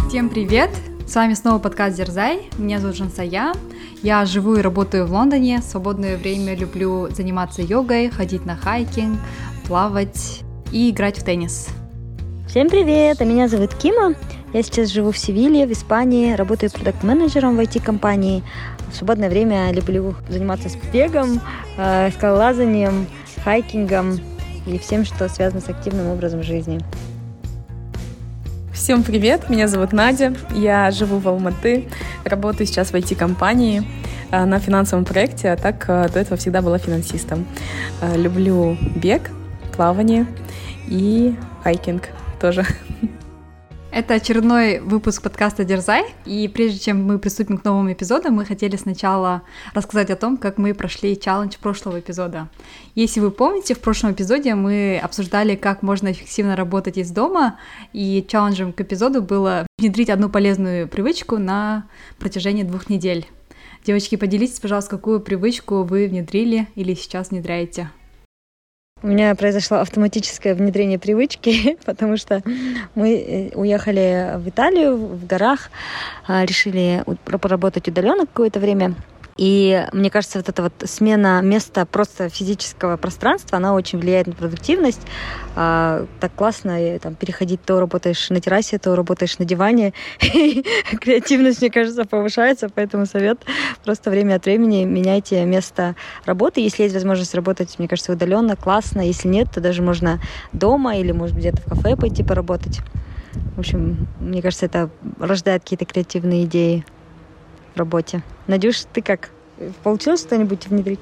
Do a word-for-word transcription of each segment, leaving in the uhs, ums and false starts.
Всем привет! С вами снова подкаст Дерзай. Меня зовут Жансая. Я живу и работаю в Лондоне. В свободное время люблю заниматься йогой, ходить на хайкинг, плавать и играть в теннис. Всем привет! А меня зовут Кима. Я сейчас живу в Севилье, в Испании, работаю продакт-менеджером в ай ти-компании. В свободное время люблю заниматься бегом, скалолазанием, хайкингом и всем, что связано с активным образом жизни. Всем привет, меня зовут Надя, я живу в Алматы, работаю сейчас в ай ти-компании на финансовом проекте, а так до этого всегда была финансистом. Люблю бег, плавание и хайкинг тоже. Это очередной выпуск подкаста «Дерзай», и прежде чем мы приступим к новым эпизодам, мы хотели сначала рассказать о том, как мы прошли челлендж прошлого эпизода. Если вы помните, в прошлом эпизоде мы обсуждали, как можно эффективно работать из дома, и челленджем к эпизоду было внедрить одну полезную привычку на протяжении двух недель. Девочки, поделитесь, пожалуйста, какую привычку вы внедрили или сейчас внедряете. У меня произошло автоматическое внедрение привычки, потому что мы уехали в Италию, в горах, решили поработать удаленно какое-то время. И мне кажется, вот эта вот смена места просто физического пространства, она очень влияет на продуктивность. А, так классно там, переходить, то работаешь на террасе, то работаешь на диване. И креативность, мне кажется, повышается, поэтому совет просто время от времени меняйте место работы. Если есть возможность работать, мне кажется, удаленно, классно. Если нет, то даже можно дома или, может быть, где-то в кафе пойти поработать. В общем, мне кажется, это рождает какие-то креативные идеи в работе. Надюш, ты как? Получилось что-нибудь внедрить?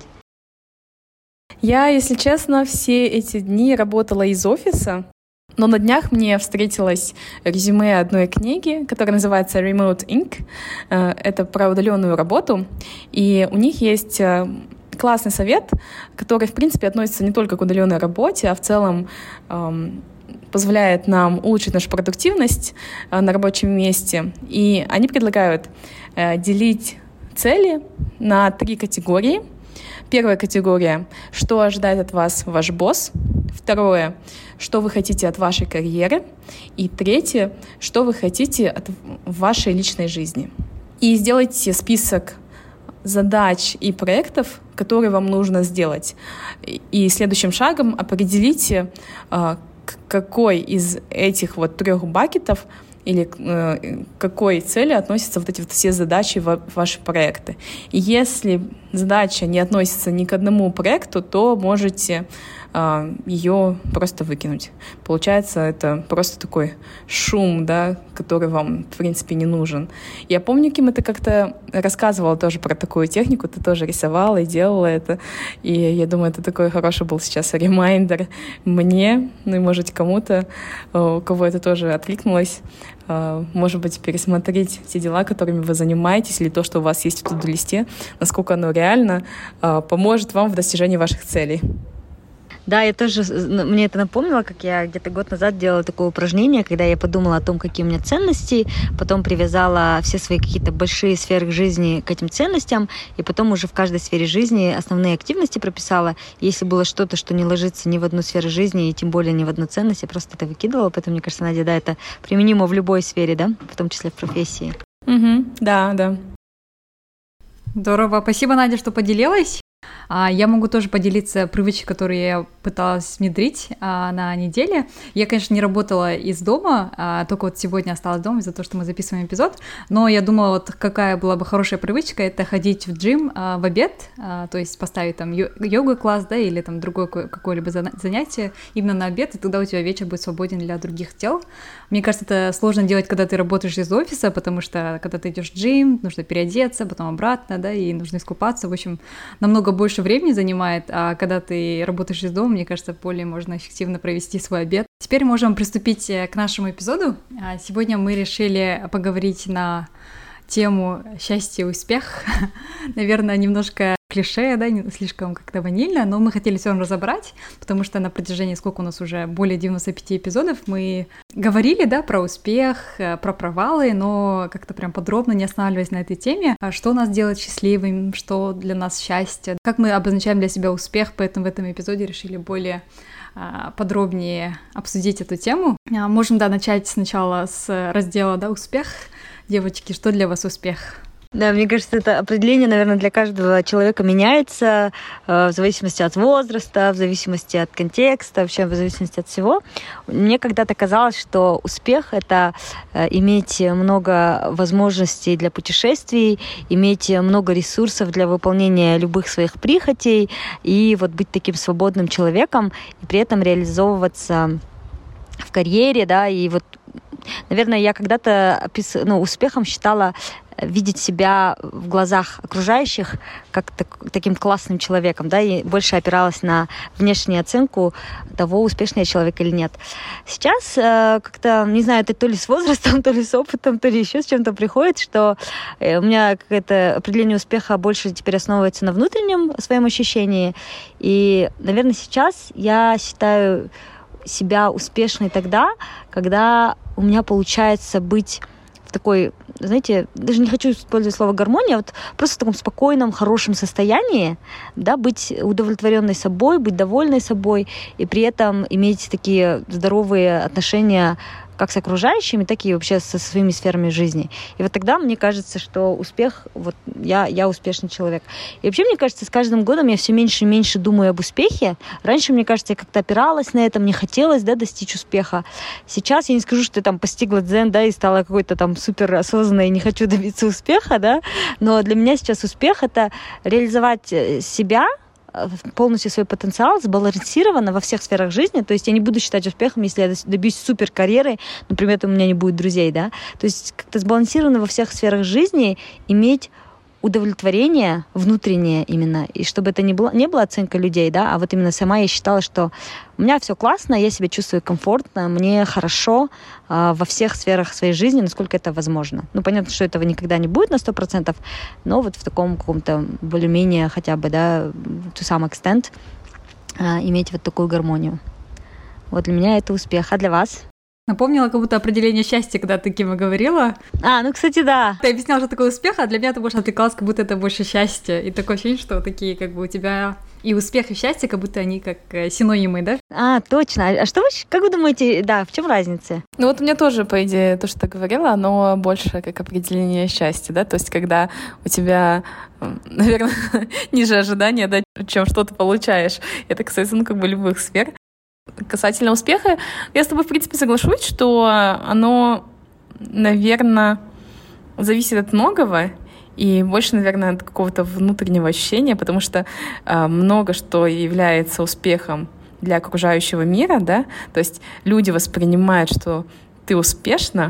Я, если честно, все эти дни работала из офиса, но на днях мне встретилось резюме одной книги, которая называется Remote инк. Это про удаленную работу, и у них есть классный совет, который, в принципе, относится не только к удаленной работе, а в целом эм, позволяет нам улучшить нашу продуктивность э, на рабочем месте. И они предлагают э, делить цели на три категории. Первая категория — что ожидает от вас ваш босс. Второе — что вы хотите от вашей карьеры. И третье — что вы хотите от вашей личной жизни. И сделайте список задач и проектов, которые вам нужно сделать. И следующим шагом определите, к какой из этих вот трех бакетов или к какой цели относятся вот эти вот все задачи в ваши проекты. И если задача не относится ни к одному проекту, то можете э, ее просто выкинуть. Получается, это просто такой шум, да, который вам, в принципе, не нужен. Я помню, Ким, ты как-то рассказывала тоже про такую технику, ты тоже рисовала и делала это. И я думаю, это такой хороший был сейчас ремайндер мне, ну и, может, кому-то, у кого это тоже откликнулось, может быть, пересмотреть те дела, которыми вы занимаетесь, или то, что у вас есть в туду-листе, насколько оно реально поможет вам в достижении ваших целей. Да, я тоже, мне это напомнило, как я где-то год назад делала такое упражнение, когда я подумала о том, какие у меня ценности, потом привязала все свои какие-то большие сферы жизни к этим ценностям, и потом уже в каждой сфере жизни основные активности прописала. Если было что-то, что не ложится ни в одну сферу жизни, и тем более ни в одну ценность, я просто это выкидывала, поэтому, мне кажется, Надя, да, это применимо в любой сфере, да, в том числе в профессии. Угу, да, да. Здорово. Спасибо, Надя, что поделилась. Я могу тоже поделиться привычкой, которую я пыталась внедрить а, на неделе. Я, конечно, не работала из дома, а, только вот сегодня осталась дома из-за того, что мы записываем эпизод, но я думала, вот какая была бы хорошая привычка, это ходить в джим а, в обед, а, то есть поставить там йога-класс, да, или там другое какое-либо занятие именно на обед, и тогда у тебя вечер будет свободен для других дел. Мне кажется, это сложно делать, когда ты работаешь из офиса, потому что когда ты идешь в джим, нужно переодеться, потом обратно, да, и нужно искупаться, в общем, намного больше времени занимает, а когда ты работаешь из дома, мне кажется, более можно эффективно провести свой обед. Теперь можем приступить к нашему эпизоду. Сегодня мы решили поговорить на тему счастья и успех. Наверное, немножко клише, да, не слишком как-то ванильно, но мы хотели все разобрать, потому что на протяжении, сколько у нас уже, более девяноста пяти эпизодов, мы говорили, да, про успех, про провалы, но как-то прям подробно не останавливаясь на этой теме, что нас делает счастливым, что для нас счастье, как мы обозначаем для себя успех, поэтому в этом эпизоде решили более подробнее обсудить эту тему. Можем, да, начать сначала с раздела, да, «Успех». Девочки, что для вас успех? Да, мне кажется, это определение, наверное, для каждого человека меняется э, в зависимости от возраста, в зависимости от контекста, вообще в зависимости от всего. Мне когда-то казалось, что успех — это э, иметь много возможностей для путешествий, иметь много ресурсов для выполнения любых своих прихотей и вот быть таким свободным человеком и при этом реализовываться в карьере, да, и вот, наверное, я когда-то опис... ну, успехом считала видеть себя в глазах окружающих как так, таким классным человеком, да, и больше опиралась на внешнюю оценку того, успешный я человек или нет. Сейчас э, как-то, не знаю, это то ли с возрастом, то ли с опытом, то ли еще с чем-то приходит, что э, у меня какое-то определение успеха больше теперь основывается на внутреннем своем ощущении. И, наверное, сейчас я считаю себя успешной тогда, когда у меня получается быть в такой, знаете, даже не хочу использовать слово гармония, а вот просто в таком спокойном, хорошем состоянии, да, быть удовлетворенной собой, быть довольной собой и при этом иметь такие здоровые отношения как с окружающими, так и вообще со своими сферами жизни. И вот тогда мне кажется, что успех, вот я, я успешный человек. И вообще, мне кажется, с каждым годом я все меньше и меньше думаю об успехе. Раньше, мне кажется, я как-то опиралась на это, мне хотелось, да, достичь успеха. Сейчас я не скажу, что я там постигла дзен, да, и стала какой-то там супер осознанной и не хочу добиться успеха, да, но для меня сейчас успех — это реализовать себя, полностью свой потенциал, сбалансированно во всех сферах жизни. То есть я не буду считать успехом, если я добьюсь супер карьеры, но при этом у меня не будет друзей, да. То есть как-то сбалансированно во всех сферах жизни иметь удовлетворение внутреннее именно, и чтобы это не было, не была оценка людей, да, а вот именно сама я считала, что у меня все классно, я себя чувствую комфортно, мне хорошо э, во всех сферах своей жизни, насколько это возможно. Ну, понятно, что этого никогда не будет на сто процентов, но вот в таком каком-то более-менее хотя бы, да, to some extent э, иметь вот такую гармонию. Вот для меня это успех. А для вас? Напомнила как будто определение счастья, когда ты, Кима, говорила. А, ну, кстати, да. Ты объясняла, что такое успех, а для меня это больше отвлекалось, как будто это больше счастье. И такое ощущение, что такие, как бы, у тебя и успех, и счастье, как будто они как синонимы, да? А, точно. А что вы, как вы думаете, да, в чем разница? Ну вот у меня тоже, по идее, то, что ты говорила, оно больше как определение счастья, да, то есть когда у тебя, наверное, ниже ожидания, да, чем что ты получаешь. Это касается, ну, как бы любых сфер. Касательно успеха, я с тобой, в принципе, соглашусь, что оно, наверное, зависит от многого и больше, наверное, от какого-то внутреннего ощущения, потому что э, много что является успехом для окружающего мира, да, то есть люди воспринимают, что ты успешна,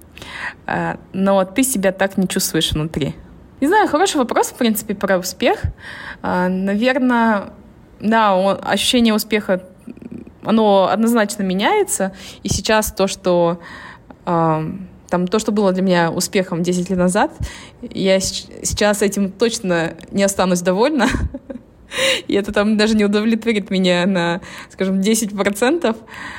э, но ты себя так не чувствуешь внутри. Не знаю, хороший вопрос, в принципе, про успех. Э, наверное, да, он, ощущение успеха, оно однозначно меняется, и сейчас то, что э, там, то, что было для меня успехом десять лет назад, я с- сейчас этим точно не останусь довольна, и это там даже не удовлетворит меня на, скажем, десять процентов.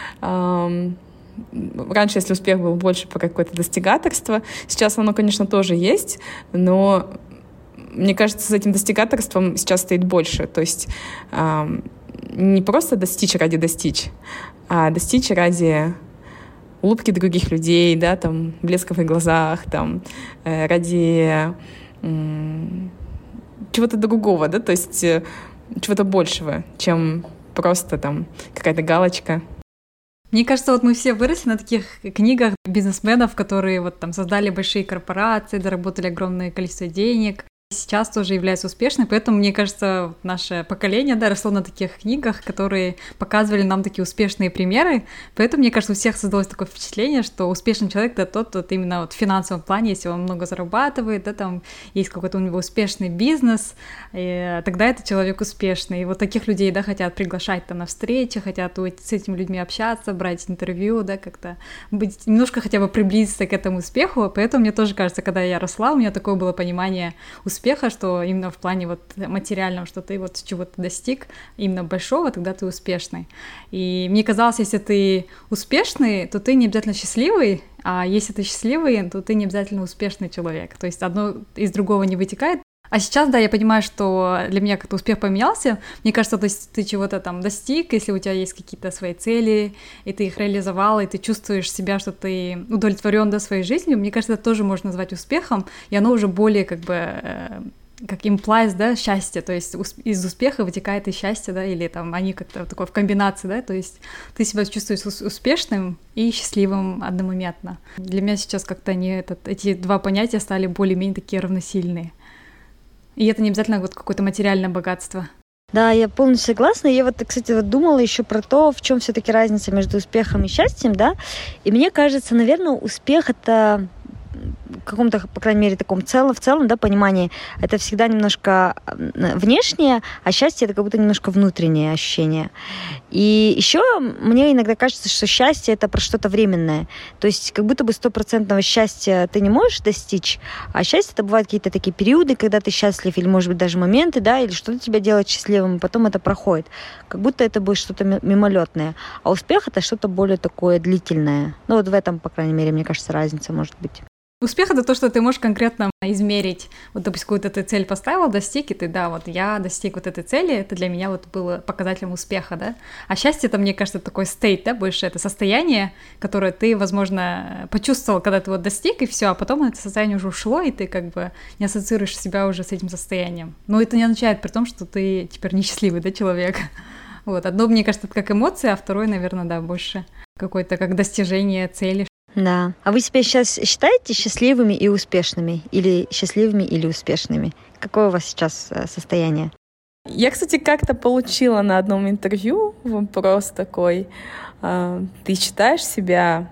Э, раньше, если успех был больше про какое-то достигаторство, сейчас оно, конечно, тоже есть, но мне кажется, с этим достигаторством сейчас стоит больше, то есть э, не просто достичь ради достичь, а достичь ради улыбки других людей, да, там, блеска в их глазах, там, э, ради э, чего-то другого, да, то есть э, чего-то большего, чем просто там какая-то галочка. Мне кажется, вот мы все выросли на таких книгах бизнесменов, которые вот там создали большие корпорации, заработали огромное количество денег, сейчас тоже являются успешными, поэтому, мне кажется, наше поколение, да, росло на таких книгах, которые показывали нам такие успешные примеры, поэтому, мне кажется, у всех создалось такое впечатление, что успешный человек — это тот, кто именно вот в финансовом плане, если он много зарабатывает, да, там есть какой-то у него успешный бизнес, и тогда это человек успешный, и вот таких людей, да, хотят приглашать там на встречи, хотят с этими людьми общаться, брать интервью, да, как-то быть, немножко хотя бы приблизиться к этому успеху, поэтому мне тоже кажется, когда я росла, у меня такое было понимание успеха, успеха, что именно в плане вот материальном, что ты вот чего-то достиг, именно большого, тогда ты успешный. И мне казалось, если ты успешный, то ты не обязательно счастливый, а если ты счастливый, то ты не обязательно успешный человек. То есть одно из другого не вытекает. А сейчас, да, я понимаю, что для меня как-то успех поменялся. Мне кажется, то есть ты чего-то там достиг, если у тебя есть какие-то свои цели, и ты их реализовал, и ты чувствуешь себя, что ты удовлетворен, да, своей жизнью, мне кажется, это тоже можно назвать успехом, и оно уже более как бы... Э, как implies, да, счастье, то есть из успеха вытекает и счастье, да, или там они как-то такое в комбинации, да, то есть ты себя чувствуешь успешным и счастливым одномоментно. Для меня сейчас как-то они, этот, эти два понятия стали более-менее такие равносильные. И это не обязательно вот какое-то материальное богатство. Да, я полностью согласна. Я вот, кстати, вот думала еще про то, в чем все-таки разница между успехом и счастьем, да, и мне кажется, наверное, успех — это... в каком-то, по крайней мере, таком целом, в целом, да, понимании, это всегда немножко внешнее, а счастье — это как будто немножко внутреннее ощущение. И еще мне иногда кажется, что счастье — это про что-то временное. То есть как будто бы стопроцентного счастья ты не можешь достичь, а счастье — это бывают какие-то такие периоды, когда ты счастлив, или, может быть, даже моменты, да, или что-то тебя делает счастливым, и потом это проходит. Как будто это будет что-то мимолетное. А успех — это что-то более такое длительное. Ну вот в этом, по крайней мере, мне кажется, разница может быть. Успех — это то, что ты можешь конкретно измерить. Вот, допустим, какую-то ты цель поставил, достиг, и ты, да, вот я достиг вот этой цели, это для меня вот было показателем успеха, да. А счастье — это, мне кажется, такой стейт, да, больше это состояние, которое ты, возможно, почувствовал, когда ты вот достиг, и все, а потом это состояние уже ушло, и ты как бы не ассоциируешь себя уже с этим состоянием. Но это не означает при том, что ты теперь несчастливый, да, человек. Вот, одно, мне кажется, это как эмоции, а второе, наверное, да, больше какое-то как достижение цели. Да. А вы себя сейчас считаете счастливыми и успешными? Или счастливыми или успешными? Какое у вас сейчас состояние? Я, кстати, как-то получила на одном интервью вопрос такой. Ты считаешь себя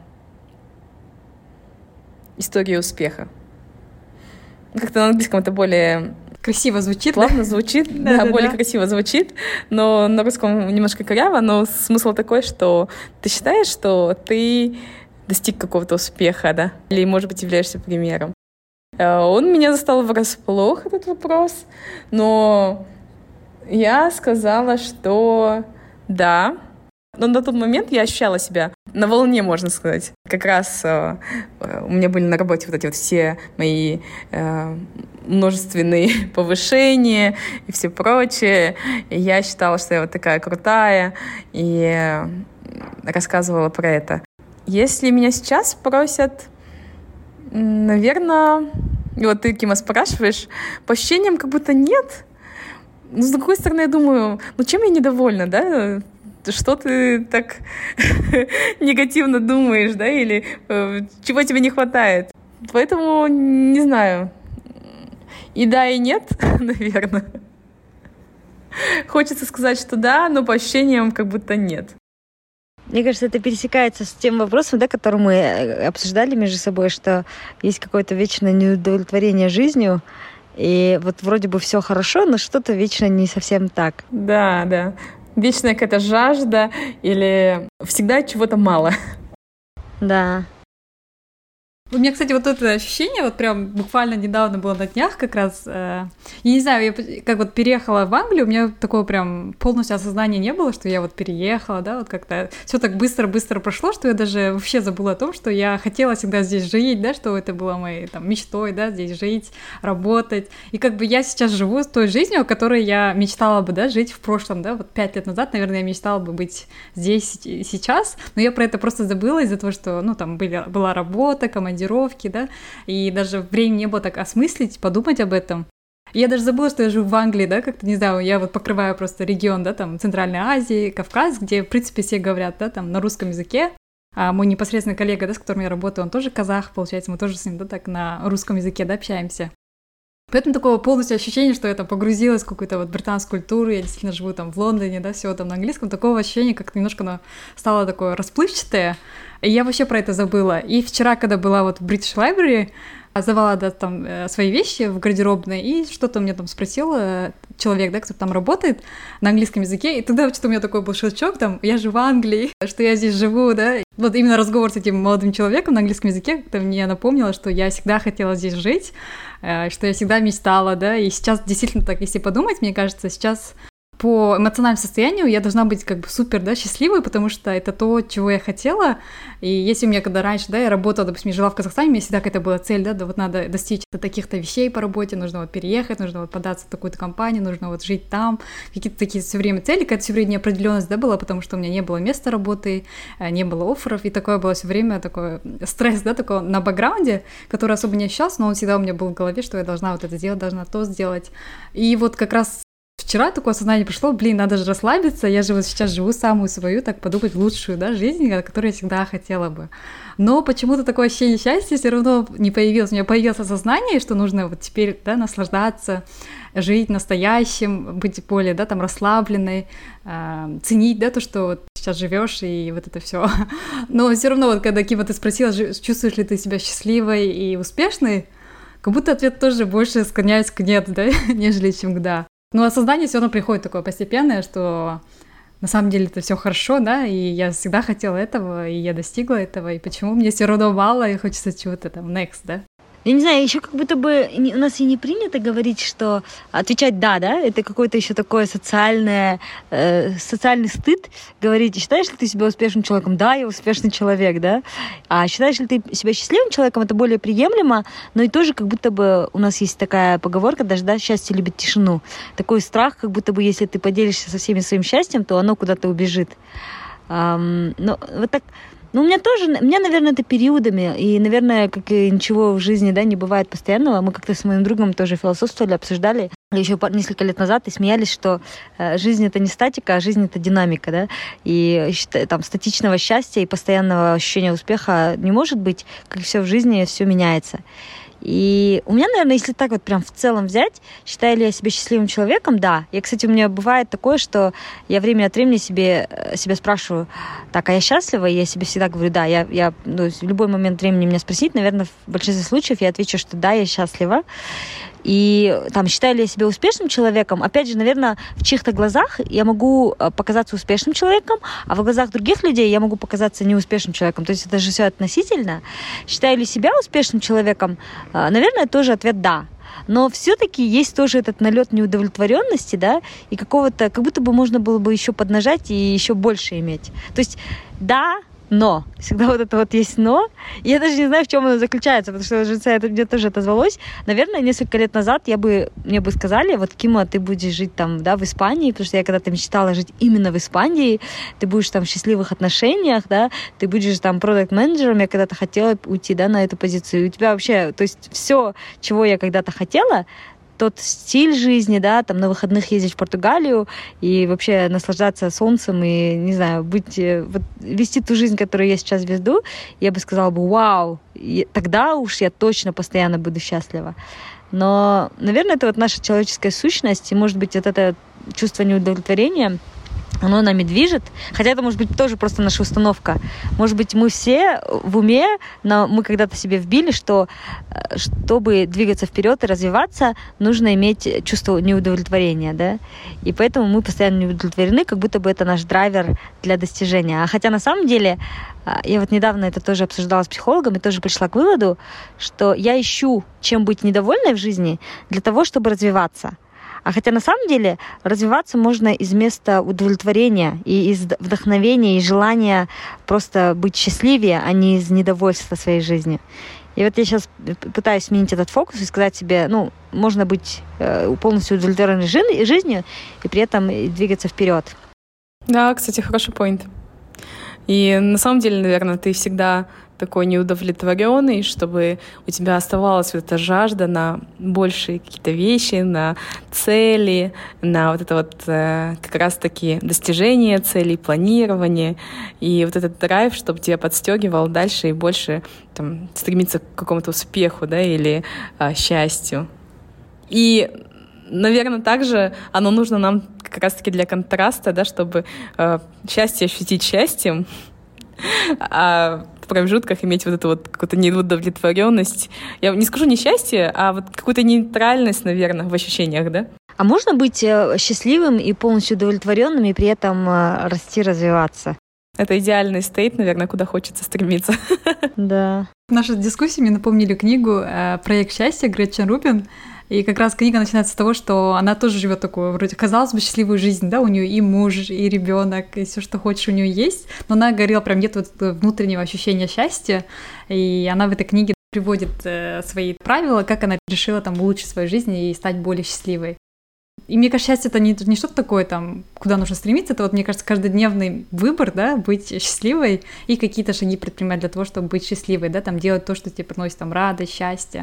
историей успеха? Как-то на английском это более... Красиво звучит, плавно да? звучит, да, да, да, более да. красиво звучит, но на русском немножко коряво, но смысл такой, что ты считаешь, что ты достиг какого-то успеха, да? Или, может быть, являешься примером. Он меня застал врасплох, этот вопрос, но я сказала, что да. Но на тот момент я ощущала себя на волне, можно сказать. Как раз э, у меня были на работе вот эти вот все мои э, множественные повышения и все прочее. И я считала, что я вот такая крутая, и э, рассказывала про это. Если меня сейчас спросят, наверное, вот ты, Кима, спрашиваешь, по ощущениям как будто нет. Но с другой стороны, я думаю, ну чем я недовольна, да? Что ты так негативно думаешь, да? Или э, чего тебе не хватает? Поэтому не знаю. И да, и нет, наверное. Хочется сказать, что да, но по ощущениям как будто нет. Мне кажется, это пересекается с тем вопросом, да, который мы обсуждали между собой, что есть какое-то вечное неудовлетворение жизнью, и вот вроде бы все хорошо, но что-то вечно не совсем так. Да, да. Вечная какая-то жажда или всегда чего-то мало. Да. У меня, кстати, вот это ощущение, вот прям буквально недавно было на днях как раз, э, я не знаю, я как вот переехала в Англию, у меня такого прям полностью осознания не было, что я вот переехала, да, вот как-то все так быстро-быстро прошло, что я даже вообще забыла о том, что я хотела всегда здесь жить, да, что это было моей там мечтой, да, здесь жить, работать, и как бы я сейчас живу той жизнью, о которой я мечтала бы, да, жить в прошлом, да, вот пять лет назад, наверное, я мечтала бы быть здесь сейчас, но я про это просто забыла из-за того, что, ну, там были, была работа, командировка, да, и даже времени не было так осмыслить, подумать об этом. Я даже забыла, что я живу в Англии, да, как-то, не знаю, я вот покрываю просто регион, да, там, Центральной Азии, Кавказ, где, в принципе, все говорят, да, там, на русском языке. А мой непосредственный коллега, да, с которым я работаю, он тоже казах, получается, мы тоже с ним, да, так, на русском языке, да, общаемся. Поэтому такого полностью ощущения, что я там погрузилась в какую-то вот британскую культуру, я действительно живу там в Лондоне, да, все там на английском, такого ощущения, как немножко оно стало такое расплывчатое, и я вообще про это забыла. И вчера, когда была вот в British Library, завала, да, там свои вещи в гардеробной, и что-то мне там спросил человек, да, кто там работает на английском языке, и тогда что-то у меня такой был шелчок, там, я же в Англии, что я здесь живу, да, вот именно разговор с этим молодым человеком на английском языке как-то мне напомнило, что я всегда хотела здесь жить, что я всегда мечтала, да, и сейчас действительно так, если подумать, мне кажется, сейчас по эмоциональному состоянию я должна быть как бы супер, да, счастливой, потому что это то, чего я хотела. И если у меня когда раньше, да, я работала, допустим, жила в Казахстане, у меня всегда какая-то была цель, да, да, вот надо достичь таких-то вещей по работе, нужно вот переехать, нужно вот податься в такую-то компанию, нужно вот жить там, какие-то такие все время цели, какая-то все время неопределенность, да, была, потому что у меня не было места работы, не было офферов, и такое было все время такой стресс, да, такой на бэкграунде, который особо не ощущался, но он всегда у меня был в голове, что я должна вот это сделать, должна то сделать. И вот как раз вчера такое осознание пришло, блин, надо же расслабиться, я же вот сейчас живу самую свою, так подумать, лучшую, да, жизнь, которую я всегда хотела бы. Но почему-то такое ощущение счастья все равно не появилось. У меня появилось осознание, что нужно вот теперь, да, наслаждаться, жить настоящим, быть более, да, там, расслабленной, э, ценить, да, то, что вот сейчас живешь и вот это все. Но все равно, вот когда, Кима, ты спросила, чувствуешь ли ты себя счастливой и успешной, как будто ответ тоже больше склоняется к нет, да, нежели чем к да. Но осознание все равно приходит такое постепенное, что на самом деле это все хорошо, да, и я всегда хотела этого, и я достигла этого, и почему мне все равно мало, и хочется чего-то там next, да. Я не знаю, еще как будто бы у нас и не принято говорить, что отвечать «да», да, это какое-то еще такое социальное, э, социальный стыд говорить, считаешь ли ты себя успешным человеком? Да, я успешный человек, да. А считаешь ли ты себя счастливым человеком? Это более приемлемо, но и тоже как будто бы у нас есть такая поговорка, даже, да, счастье любит тишину. Такой страх, как будто бы если ты поделишься со всеми своим счастьем, то оно куда-то убежит. Эм, но вот так... Ну, у меня тоже, у меня, наверное, это периодами, и, наверное, как и ничего в жизни, да, не бывает постоянного. Мы как-то с моим другом тоже философствовали, обсуждали еще несколько лет назад и смеялись, что э, жизнь — это не статика, а жизнь — это динамика, да, и там статичного счастья и постоянного ощущения успеха не может быть, как все в жизни, все меняется. И у меня, наверное, если так вот прям в целом взять, считаю ли я себя счастливым человеком, да. Я, кстати, у меня бывает такое, что я время от времени себе, себя спрашиваю, так, а я счастлива? И я себе всегда говорю, да. Я, я, ну, в любой момент времени меня спросить, наверное, в большинстве случаев я отвечу, что да, я счастлива. И там, считаю ли я себя успешным человеком? Опять же, наверное, в чьих-то глазах я могу показаться успешным человеком, а в глазах других людей я могу показаться неуспешным человеком. То есть это же все относительно. Считаю ли себя успешным человеком? Наверное, тоже ответ «да». Но все-таки есть тоже этот налет неудовлетворенности, да, и какого-то, как будто бы можно было бы еще поднажать и еще больше иметь. То есть да, но. Всегда вот это вот есть но. И я даже не знаю, в чем оно заключается, потому что уже это мне тоже отозвалось. Наверное, несколько лет назад я бы, мне бы сказали, вот, Кима, ты будешь жить там, да, в Испании, потому что я когда-то мечтала жить именно в Испании, ты будешь там в счастливых отношениях, да, ты будешь там продакт-менеджером, я когда-то хотела уйти, да, на эту позицию. И у тебя вообще, то есть все, чего я когда-то хотела, тот стиль жизни, да, там на выходных ездить в Португалию и вообще наслаждаться солнцем и, не знаю, быть, вот, вести ту жизнь, которую я сейчас веду, я бы сказала бы, вау, тогда уж я точно постоянно буду счастлива. Но, наверное, это вот наша человеческая сущность, и, может быть, вот это чувство неудовлетворения, оно нами движет, хотя это, может быть, тоже просто наша установка. Может быть, мы все в уме, но мы когда-то себе вбили, что чтобы двигаться вперед и развиваться, нужно иметь чувство неудовлетворения, да, и поэтому мы постоянно неудовлетворены, как будто бы это наш драйвер для достижения. А хотя на самом деле, я вот недавно это тоже обсуждала с психологом и тоже пришла к выводу, что я ищу, чем быть недовольной в жизни для того, чтобы развиваться. А хотя на самом деле развиваться можно из места удовлетворения и из вдохновения и желания просто быть счастливее, а не из недовольства своей жизнью. И вот я сейчас пытаюсь сменить этот фокус и сказать себе, ну, можно быть полностью удовлетворенной жизнью и при этом двигаться вперед. Да, кстати, хороший поинт. И на самом деле, наверное, ты всегда такой неудовлетворенный, чтобы у тебя оставалась вот эта жажда на большие какие-то вещи, на цели, на вот это вот э, как раз-таки достижение целей, планирование, и вот этот драйв, чтобы тебя подстегивал дальше и больше там, стремиться к какому-то успеху, да, или э, счастью. И, наверное, также оно нужно нам как раз-таки для контраста, да, чтобы э, счастье ощутить счастьем, а в промежутках иметь вот эту вот какую-то неудовлетворенность. Я не скажу несчастье, а вот какую-то нейтральность, наверное, в ощущениях, да? А можно быть счастливым и полностью удовлетворенным и при этом расти, развиваться? Это идеальный стейт, наверное, куда хочется стремиться. Да. В нашей дискуссии мне напомнили книгу «Проект счастья» Гретчен Рубин. И как раз книга начинается с того, что она тоже живет такую, вроде, казалось бы, счастливую жизнь, да, у нее и муж, и ребенок, и все, что хочешь, у нее есть, но она говорила, прям нет вот внутреннего ощущения счастья, и она в этой книге приводит э, свои правила, как она решила там улучшить свою жизнь и стать более счастливой. И мне кажется, счастье — это не, не что-то такое, там, куда нужно стремиться, это вот, мне кажется, каждодневный выбор, да, быть счастливой и какие-то шаги предпринимать для того, чтобы быть счастливой, да, там, делать то, что тебе приносит там радость, счастье.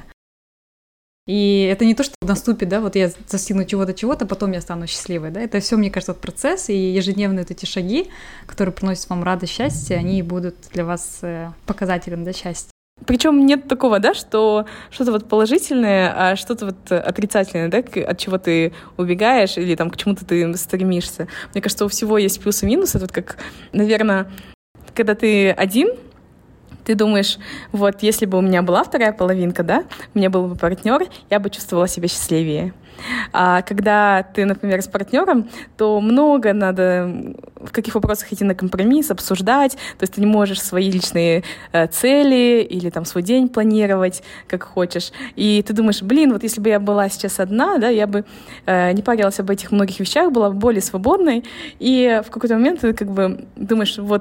И это не то, что наступит, да, вот я достигну чего-то, чего-то, потом я стану счастливой, да, это все, мне кажется, вот процесс, и ежедневные вот эти шаги, которые приносят вам радость, счастье, они будут для вас показателем, да, счастья. Причем нет такого, да, что что-то вот положительное, а что-то вот отрицательное, да, от чего ты убегаешь или там к чему-то ты стремишься. Мне кажется, у всего есть плюсы и минусы. Это вот как, наверное, когда ты один, ты думаешь, вот, если бы у меня была вторая половинка, да, у меня был бы партнер, я бы чувствовала себя счастливее. А когда ты, например, с партнером, то много надо в каких вопросах идти на компромисс, обсуждать. То есть ты не можешь свои личные э, цели или там свой день планировать, как хочешь. И ты думаешь, блин, вот если бы я была сейчас одна, да, я бы э, не парилась об этих многих вещах, была бы более свободной. И в какой-то момент ты как бы думаешь, вот,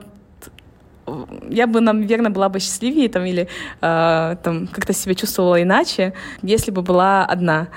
я бы, наверное, была бы счастливее там, или э, там, как-то себя чувствовала иначе, если бы была одна.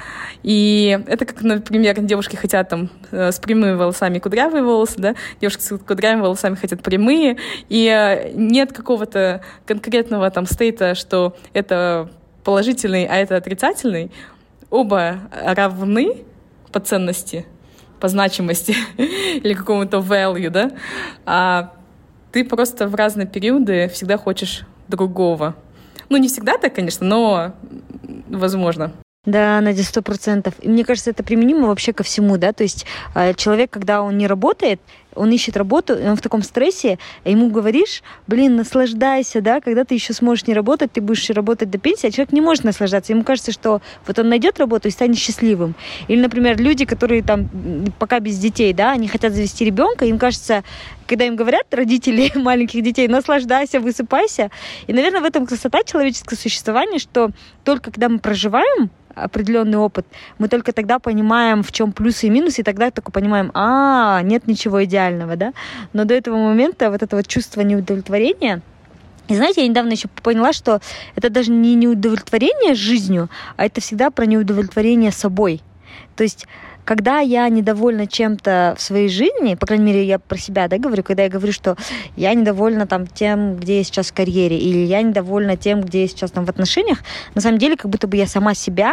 И это как, например, девушки хотят там, с прямыми волосами кудрявые волосы, да? Девушки с кудрявыми волосами хотят прямые, и нет какого-то конкретного там стейта, что это положительный, а это отрицательный. Оба равны по ценности, по значимости или какому-то value, да? А ты просто в разные периоды всегда хочешь другого. Ну, не всегда так, конечно, но возможно. Да, Надя, сто процентов. И мне кажется, это применимо вообще ко всему, да, то есть человек, когда он не работает, он ищет работу, и он в таком стрессе, а ему говоришь, блин, наслаждайся, да, когда ты еще сможешь не работать, ты будешь работать до пенсии, а человек не может наслаждаться. Ему кажется, что вот он найдет работу и станет счастливым. Или, например, люди, которые там пока без детей, да, они хотят завести ребенка, им кажется, когда им говорят родители маленьких детей, наслаждайся, высыпайся. И, наверное, в этом красота человеческого существования, что только когда мы проживаем определенный опыт, мы только тогда понимаем, в чем плюсы и минусы, и тогда только понимаем, а, нет ничего идеального, да. Но до этого момента вот это вот чувство неудовлетворения. И знаете, я недавно еще поняла, что это даже не неудовлетворение жизнью, а это всегда про неудовлетворение собой. То есть когда я недовольна чем-то в своей жизни, по крайней мере, я про себя, да, говорю, когда я говорю, что я недовольна там тем, где я сейчас в карьере, или я недовольна тем, где я сейчас там в отношениях, на самом деле, как будто бы я сама себя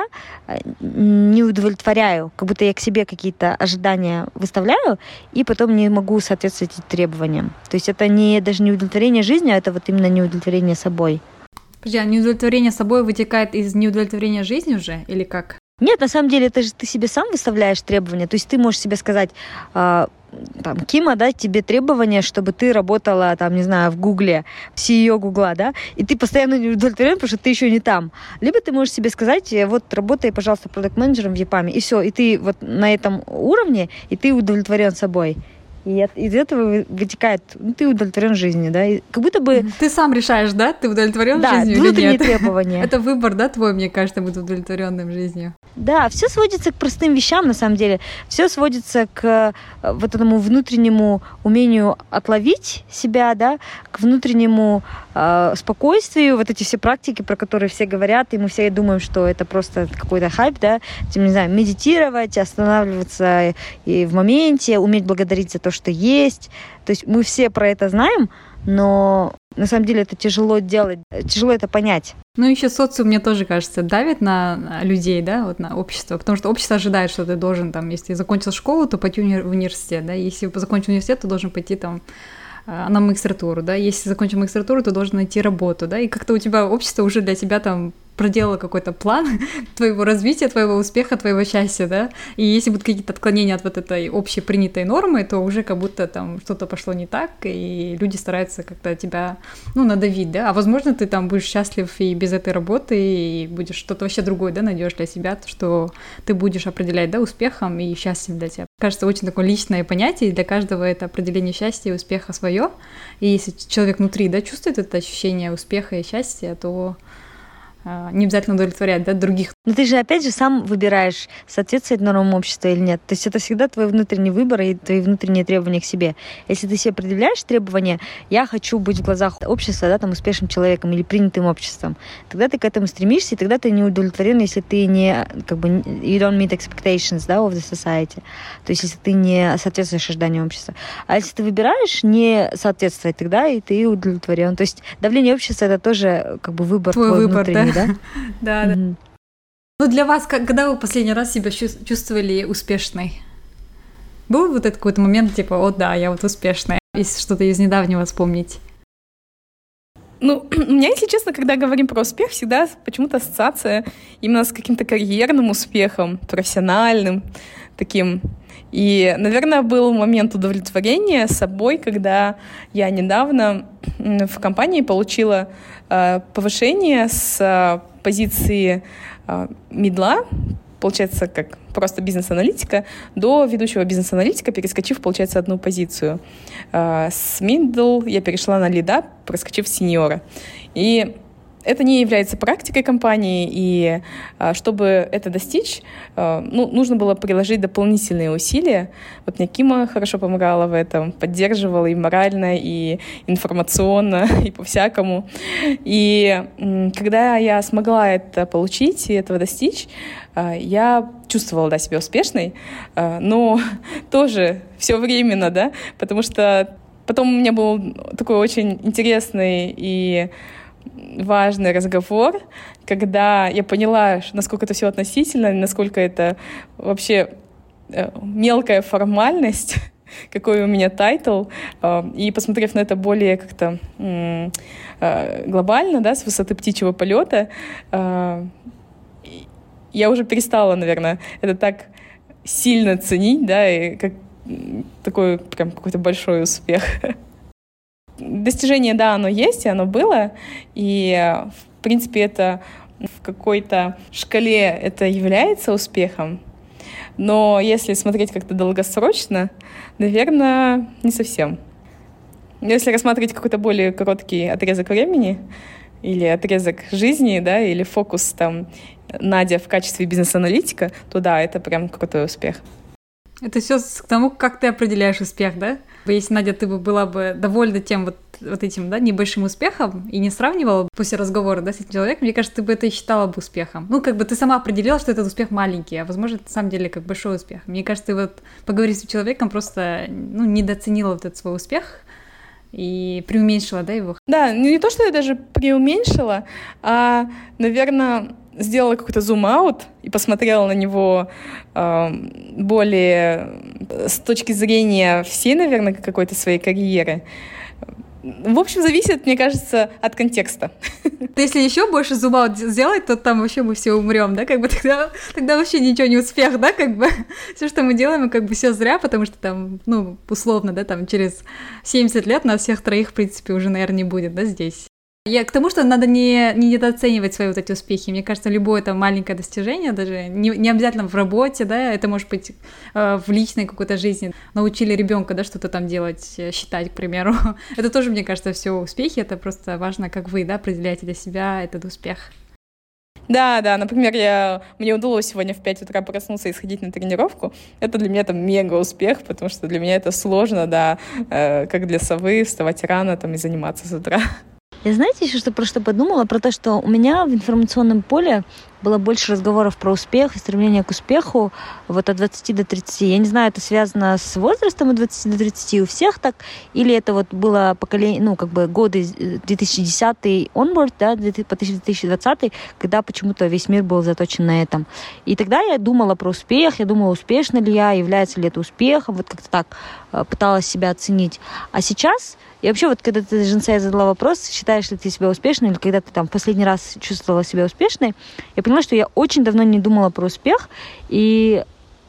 не удовлетворяю, как будто я к себе какие-то ожидания выставляю, и потом не могу соответствовать этим требованиям. То есть это не даже не удовлетворение жизнью, а это вот именно неудовлетворение собой. Подожди, а неудовлетворение собой вытекает из неудовлетворения жизнью же, или как? Нет, на самом деле, это же ты себе сам выставляешь требования. То есть ты можешь себе сказать, э, там, Кима, да, тебе требования, чтобы ты работала, там, не знаю, в Гугле, в си и о Гугла, да, и ты постоянно не удовлетворен, потому что ты еще не там. Либо ты можешь себе сказать, вот, работай, пожалуйста, продакт-менеджером в Япаме, и все, и ты вот на этом уровне, и ты удовлетворен собой. И из этого вытекает, ну, ты удовлетворен жизнью, да, и как будто бы... Ты сам решаешь, да, ты удовлетворен да, жизнью или нет? Да, внутренние требования. Это выбор, да, твой, мне кажется, быть удовлетворенным жизнью. Да, все сводится к простым вещам, на самом деле. Все сводится к вот этому внутреннему умению отловить себя, да, к внутреннему э, спокойствию. Вот эти все практики, про которые все говорят, и мы все думаем, что это просто какой-то хайп, да, тем, не знаю, медитировать, останавливаться и в моменте, уметь благодарить за то, что есть. То есть мы все про это знаем, но на самом деле это тяжело делать, тяжело это понять. Ну, еще социум, мне тоже кажется, давит на людей, да, вот на общество, потому что общество ожидает, что ты должен, там, если закончил школу, то пойти в университет, да, если закончил университет, то должен пойти, там, на магистратуру, да, если закончил магистратуру, то должен найти работу, да, и как-то у тебя общество уже для тебя, там, проделала какой-то план твоего развития, твоего успеха, твоего счастья, да, и если будут какие-то отклонения от вот этой общепринятой нормы, то уже как будто там что-то пошло не так, и люди стараются как-то тебя, ну, надавить, да, а возможно, ты там будешь счастлив и без этой работы, и будешь что-то вообще другое, да, найдешь для себя, что ты будешь определять, да, успехом и счастьем для тебя. Кажется, очень такое личное понятие, и для каждого это определение счастья и успеха свое, и если человек внутри, да, чувствует это ощущение успеха и счастья, то не обязательно удовлетворять, да, других. Но ты же, опять же, сам выбираешь, соответствовать нормам общества или нет. То есть это всегда твой внутренний выбор и твои внутренние требования к себе. Если ты себе предъявляешь требования, я хочу быть в глазах общества, да, там, успешным человеком или принятым обществом, тогда ты к этому стремишься, и тогда ты не удовлетворен, если ты не, как бы, you don't meet expectations, да, of the society. То есть если ты не соответствуешь ожиданиям общества. А если ты выбираешь не соответствовать, тогда и ты удовлетворен. То есть давление общества — это тоже как бы выбор твой, твой выбор, внутренний, да? Да, да. Ну, для вас, когда вы последний раз себя чувствовали успешной? Был вот этот какой-то момент, типа, о, да, я вот успешная, если что-то из недавнего вспомнить? Ну, у меня, если честно, когда говорим про успех, всегда почему-то ассоциация именно с каким-то карьерным успехом, профессиональным таким. И, наверное, был момент удовлетворения собой, когда я недавно в компании получила э, повышение с э, позиции э, мидла, получается, как просто бизнес-аналитика, до ведущего бизнес-аналитика, перескочив, получается, одну позицию. Э, с мидл я перешла на лида, проскочив сеньора. И это не является практикой компании, и чтобы это достичь, ну, нужно было приложить дополнительные усилия. Вот мне Кима хорошо помогала в этом, поддерживала и морально, и информационно, и по-всякому. И когда я смогла это получить и этого достичь, я чувствовала, да, себя успешной, но тоже все временно, да, потому что потом у меня был такой очень интересный и важный разговор, когда я поняла, насколько это все относительно, насколько это вообще мелкая формальность, какой у меня тайтл, и посмотрев на это более как-то глобально, да, с высоты птичьего полета, я уже перестала, наверное, это так сильно ценить, да, и как такой прям какой-то большой успех. Достижение, да, оно есть, и оно было, и, в принципе, это в какой-то шкале это является успехом, но если смотреть как-то долгосрочно, наверное, не совсем. Если рассматривать какой-то более короткий отрезок времени или отрезок жизни, да, или фокус там Надя в качестве бизнес-аналитика, то да, это прям какой-то успех. Это все к тому, как ты определяешь успех, да? Если, Надя, ты бы была бы довольна тем вот, вот этим, да, небольшим успехом и не сравнивала после разговора, да, с этим человеком, мне кажется, ты бы это и считала бы успехом. Ну, как бы ты сама определила, что этот успех маленький, а, возможно, это на самом деле как большой успех. Мне кажется, ты вот, поговорив с человеком, просто, ну, недооценила вот этот свой успех и преуменьшила, да, его. Да, не то, что я даже преуменьшила, а, наверное, сделала какой-то зум-аут и посмотрела на него э, более с точки зрения всей, наверное, какой-то своей карьеры. В общем, зависит, мне кажется, от контекста. Если еще больше зум-аут сделать, то там вообще мы все умрем, да, как бы тогда, тогда вообще ничего не успех, да, как бы все, что мы делаем, как бы все зря, потому что там, ну, условно, да, там через семьдесят лет нас всех троих, в принципе, уже, наверное, не будет, да, здесь. Я к тому, что надо не, не недооценивать свои вот эти успехи. Мне кажется, любое это маленькое достижение, даже не, не обязательно в работе, да, это может быть э, в личной какой-то жизни. Научили ребенка, да, что-то там делать, считать, к примеру. Это тоже, мне кажется, все успехи. Это просто важно, как вы, да, определяете для себя этот успех. Да, да, например, я, мне удалось сегодня в пять утра проснуться и сходить на тренировку. Это для меня там мега успех, потому что для меня это сложно, да, э, как для совы, вставать рано там и заниматься с утра. Я, знаете, еще что, про что подумала? Про то, что у меня в информационном поле было больше разговоров про успех и стремление к успеху вот от двадцати до тридцати. Я не знаю, это связано с возрастом от двадцати до тридцати у всех так, или это вот было поколение, ну, как бы годы две тысячи десятый onward, да, по две тысячи двадцатый, когда почему-то весь мир был заточен на этом. И тогда я думала про успех, я думала, успешна ли я, является ли это успехом, вот как-то так пыталась себя оценить. А сейчас, и вообще вот когда ты, Женса, я задала вопрос, считаешь ли ты себя успешной, или когда ты там в последний раз чувствовала себя успешной, я поняла, что я очень давно не думала про успех, и,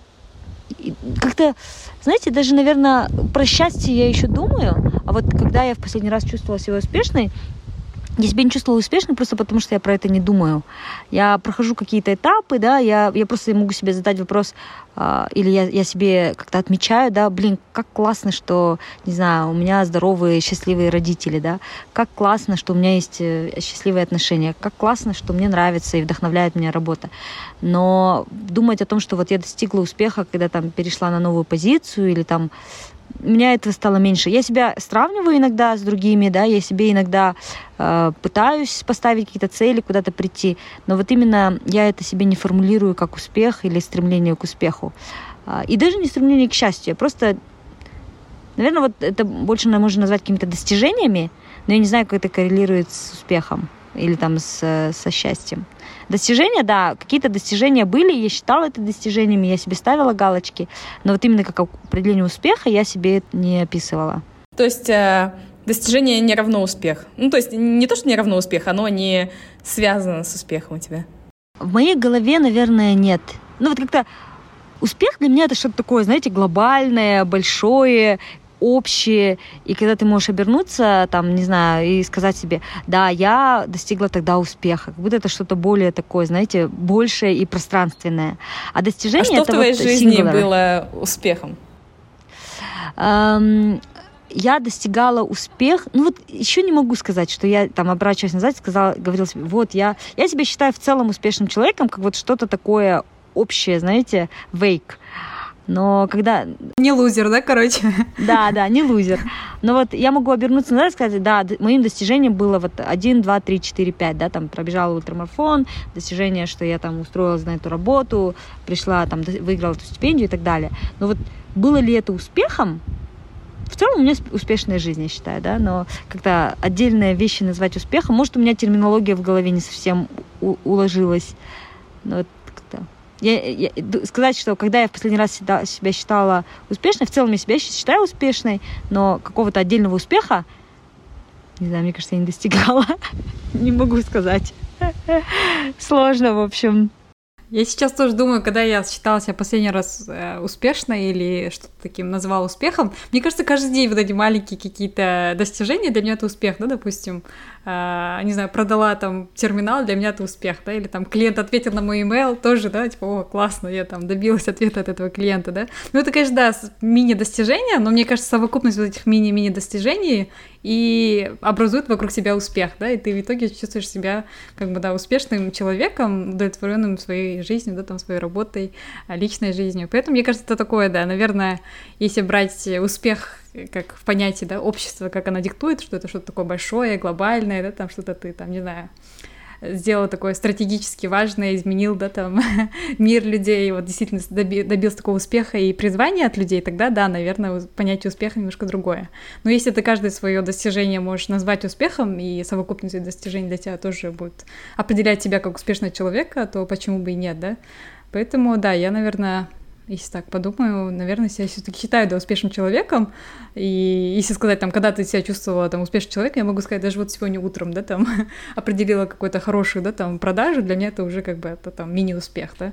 и как-то, знаете, даже, наверное, про счастье я еще думаю, а вот когда я в последний раз чувствовала себя успешной, я себя не чувствовала успешной просто потому, что я про это не думаю. Я прохожу какие-то этапы, да, я, я просто могу себе задать вопрос, э, или я, я себе как-то отмечаю, да, блин, как классно, что, не знаю, у меня здоровые, счастливые родители, да, как классно, что у меня есть счастливые отношения, как классно, что мне нравится и вдохновляет меня работа. Но думать о том, что вот я достигла успеха, когда там перешла на новую позицию или там у меня этого стало меньше. Я себя сравниваю иногда с другими, да, я себе иногда э, пытаюсь поставить какие-то цели, куда-то прийти, но вот именно я это себе не формулирую как успех или стремление к успеху. Э, и даже не стремление к счастью, я просто, наверное, вот это больше можно назвать какими-то достижениями, но я не знаю, как это коррелирует с успехом или там с, со счастьем. Достижения, да, какие-то достижения были, я считала это достижениями, я себе ставила галочки, но вот именно как определение успеха я себе это не описывала. То есть э, достижение не равно успех? Ну, то есть не то, что не равно успех, оно не связано с успехом у тебя? В моей голове, наверное, нет. Ну, вот как-то успех для меня это что-то такое, знаете, глобальное, большое, общее, и когда ты можешь обернуться, там, не знаю, и сказать себе, да, я достигла тогда успеха, как будто это что-то более такое, знаете, большее и пространственное. А достижение... А что это в твоей вот жизни singular. было успехом? Um, я достигала успех, ну вот еще не могу сказать, что я там оборачиваясь назад, сказала, говорила себе, вот я, я себя считаю в целом успешным человеком, как вот что-то такое общее, знаете, вейк. Но когда... Не лузер, да, короче? Да, да, не лузер. Но вот я могу обернуться назад и сказать, да, моим достижением было вот один, два, три, четыре, пять, да, там пробежала ультрамарафон, достижение, что я там устроилась на эту работу, пришла, там, выиграла эту стипендию и так далее. Но вот было ли это успехом? В целом у меня успешная жизнь, я считаю, да, но как-то отдельные вещи назвать успехом, может, у меня терминология в голове не совсем у- уложилась, но вот как-то... Я, я, сказать, что когда я в последний раз себя, себя считала успешной, в целом я себя считаю успешной, но какого-то отдельного успеха, не знаю, мне кажется, я не достигала. Не могу сказать. Сложно, в общем. Я сейчас тоже думаю, когда я считала себя последний раз э, успешной или что-то таким назвала успехом, мне кажется, каждый день вот эти маленькие какие-то достижения, для меня это успех, да, допустим, э, не знаю, продала там терминал, для меня это успех, да, или там клиент ответил на мой имейл, тоже, да, типа, о, классно, я там добилась ответа от этого клиента, да. Ну, это, конечно, да, мини-достижения, но мне кажется, совокупность вот этих мини-мини достижений и образует вокруг себя успех, да, и ты в итоге чувствуешь себя, как бы, да, успешным человеком, удовлетворенным своей жизнью, да, там, своей работой, личной жизнью. Поэтому, мне кажется, это такое, да, наверное, если брать успех как в понятии, да, общества, как оно диктует, что это что-то такое большое, глобальное, да, там, что-то ты, там, не знаю, сделал такое стратегически важное, изменил, да, там, мир людей, вот действительно доби- добился такого успеха и призвания от людей, тогда, да, наверное, понятие успеха немножко другое. Но если ты каждое свое достижение можешь назвать успехом, и совокупность достижений для тебя тоже будет определять тебя как успешного человека, то почему бы и нет, да? Поэтому, да, я, наверное... Если так подумаю, наверное, себя все-таки считаю, да, успешным человеком. И если сказать, там, когда ты себя чувствовала там успешным человеком, я могу сказать, даже вот сегодня утром, да, там, определила какую-то хорошую, да, там, продажу, для меня это уже как бы это там мини-успех, да.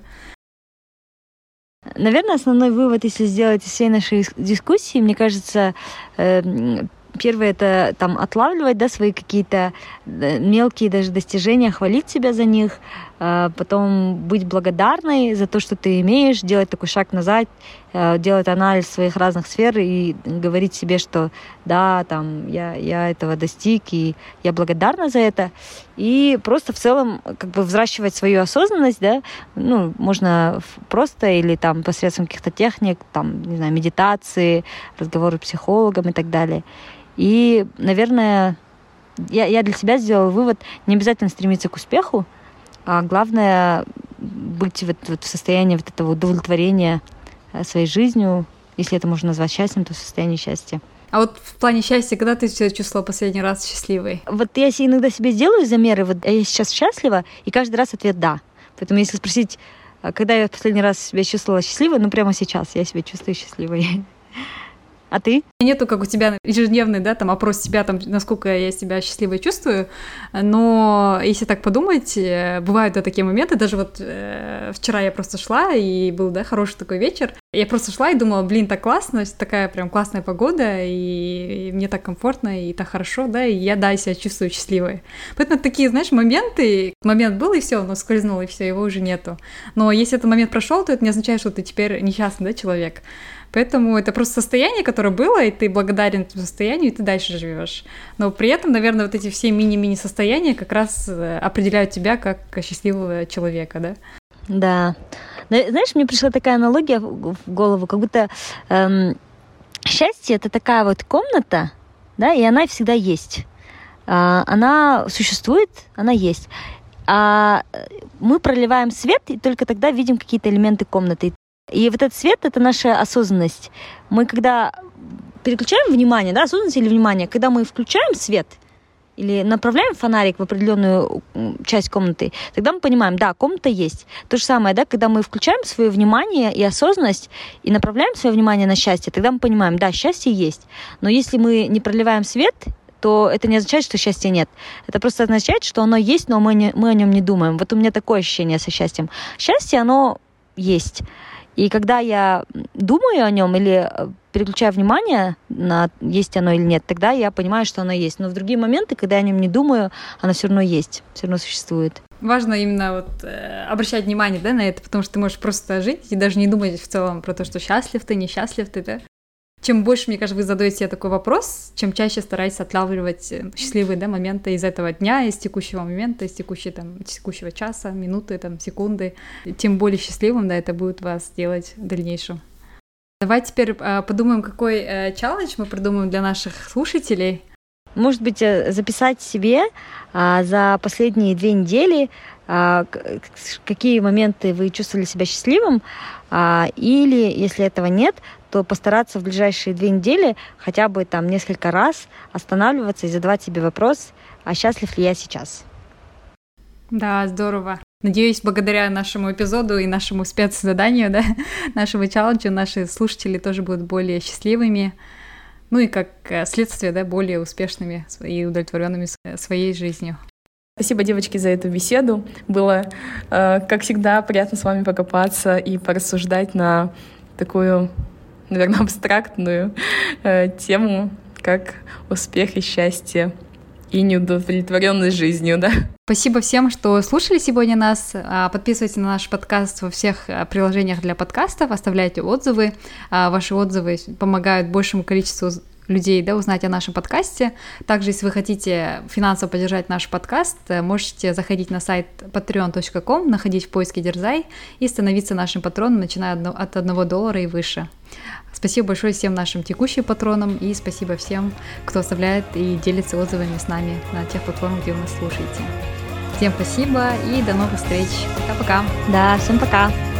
Наверное, основной вывод, если сделать из всей нашей дискуссии, мне кажется, э, первое — это там отлавливать, да, свои какие-то мелкие даже достижения, хвалить себя за них, потом быть благодарной за то, что ты имеешь, делать такой шаг назад, делать анализ своих разных сфер и говорить себе, что да, там, я, я этого достиг, и я благодарна за это. И просто в целом как бы взращивать свою осознанность, да, ну, можно просто или там посредством каких-то техник, там, не знаю, медитации, разговоры с психологом и так далее. И, наверное, я, я для себя сделала вывод, не обязательно стремиться к успеху, а главное быть вот, вот в состоянии вот этого удовлетворения своей жизнью, если это можно назвать счастьем, то состояние счастья. А вот в плане счастья, когда ты себя чувствовала последний раз счастливой? Вот я иногда себе сделаю замеры, вот я сейчас счастлива, и каждый раз ответ «да». Поэтому если спросить, когда я в последний раз себя чувствовала счастливой, ну прямо сейчас я себя чувствую счастливой. А ты? Нету, как у тебя, ежедневный, да, там, опрос себя, там, насколько я себя счастливой чувствую, но если так подумать, бывают, да, такие моменты, даже вот э, вчера я просто шла, и был, да, хороший такой вечер, я просто шла и думала, блин, так классно, такая прям классная погода, и, и мне так комфортно, и так хорошо, да, и я, да, себя чувствую счастливой. Поэтому такие, знаешь, моменты, момент был, и все, он скользнул, и все, его уже нету. Но если этот момент прошел, то это не означает, что ты теперь несчастный, да, человек. Поэтому это просто состояние, которое было, и ты благодарен этому состоянию, и ты дальше живешь. Но при этом, наверное, вот эти все мини-мини состояния как раз определяют тебя как счастливого человека, да? Да. Знаешь, мне пришла такая аналогия в голову, как будто эм, счастье — это такая вот комната, да, и она всегда есть. А, она существует, она есть. А мы проливаем свет, и только тогда видим какие-то элементы комнаты. И вот этот свет — это наша осознанность. Мы когда переключаем внимание, да, осознанность или внимание, когда мы включаем свет или направляем фонарик в определенную часть комнаты, тогда мы понимаем, да, комната есть. То же самое, да, когда мы включаем свое внимание и осознанность и направляем свое внимание на счастье, тогда мы понимаем, да, счастье есть. Но если мы не проливаем свет, то это не означает, что счастья нет. Это просто означает, что оно есть, но мы, не, мы о нем не думаем. Вот у меня такое ощущение со счастьем. Счастье, оно есть. И когда я думаю о нем или переключаю внимание на есть оно или нет, тогда я понимаю, что оно есть. Но в другие моменты, когда я о нем не думаю, оно все равно есть, все равно существует. Важно именно вот э, обращать внимание, да, на это, потому что ты можешь просто жить и даже не думать в целом про то, что счастлив ты, несчастлив ты, да. Чем больше, мне кажется, вы задаете себе такой вопрос, чем чаще старайтесь отлавливать счастливые, да, моменты из этого дня, из текущего момента, из текущей, там, текущего часа, минуты, там, секунды, тем более счастливым, да, это будет вас делать в дальнейшем. Давай теперь э, подумаем, какой э, челлендж мы придумаем для наших слушателей. Может быть, записать себе а, за последние две недели, а, какие моменты вы чувствовали себя счастливым, а, или, если этого нет, то постараться в ближайшие две недели хотя бы там несколько раз останавливаться и задавать себе вопрос, а счастлив ли я сейчас? Да, здорово. Надеюсь, благодаря нашему эпизоду и нашему спецзаданию, да, нашего челленджа, наши слушатели тоже будут более счастливыми, ну и как следствие, да, более успешными и удовлетворенными своей жизнью. Спасибо, девочки, за эту беседу. Было, как всегда, приятно с вами покопаться и порассуждать на такую, наверное, абстрактную тему, как успех и счастье и неудовлетворенность жизнью, да. Спасибо всем, что слушали сегодня нас. Подписывайтесь на наш подкаст во всех приложениях для подкастов, оставляйте отзывы. Ваши отзывы помогают большему количеству людей, да, узнать о нашем подкасте. Также, если вы хотите финансово поддержать наш подкаст, можете заходить на сайт патреон точка ком, находить в поиске Дерзай и становиться нашим патроном, начиная от одного доллара и выше. Спасибо большое всем нашим текущим патронам и спасибо всем, кто оставляет и делится отзывами с нами на тех платформах, где вы нас слушаете. Всем спасибо и до новых встреч. Пока-пока. Да, всем пока.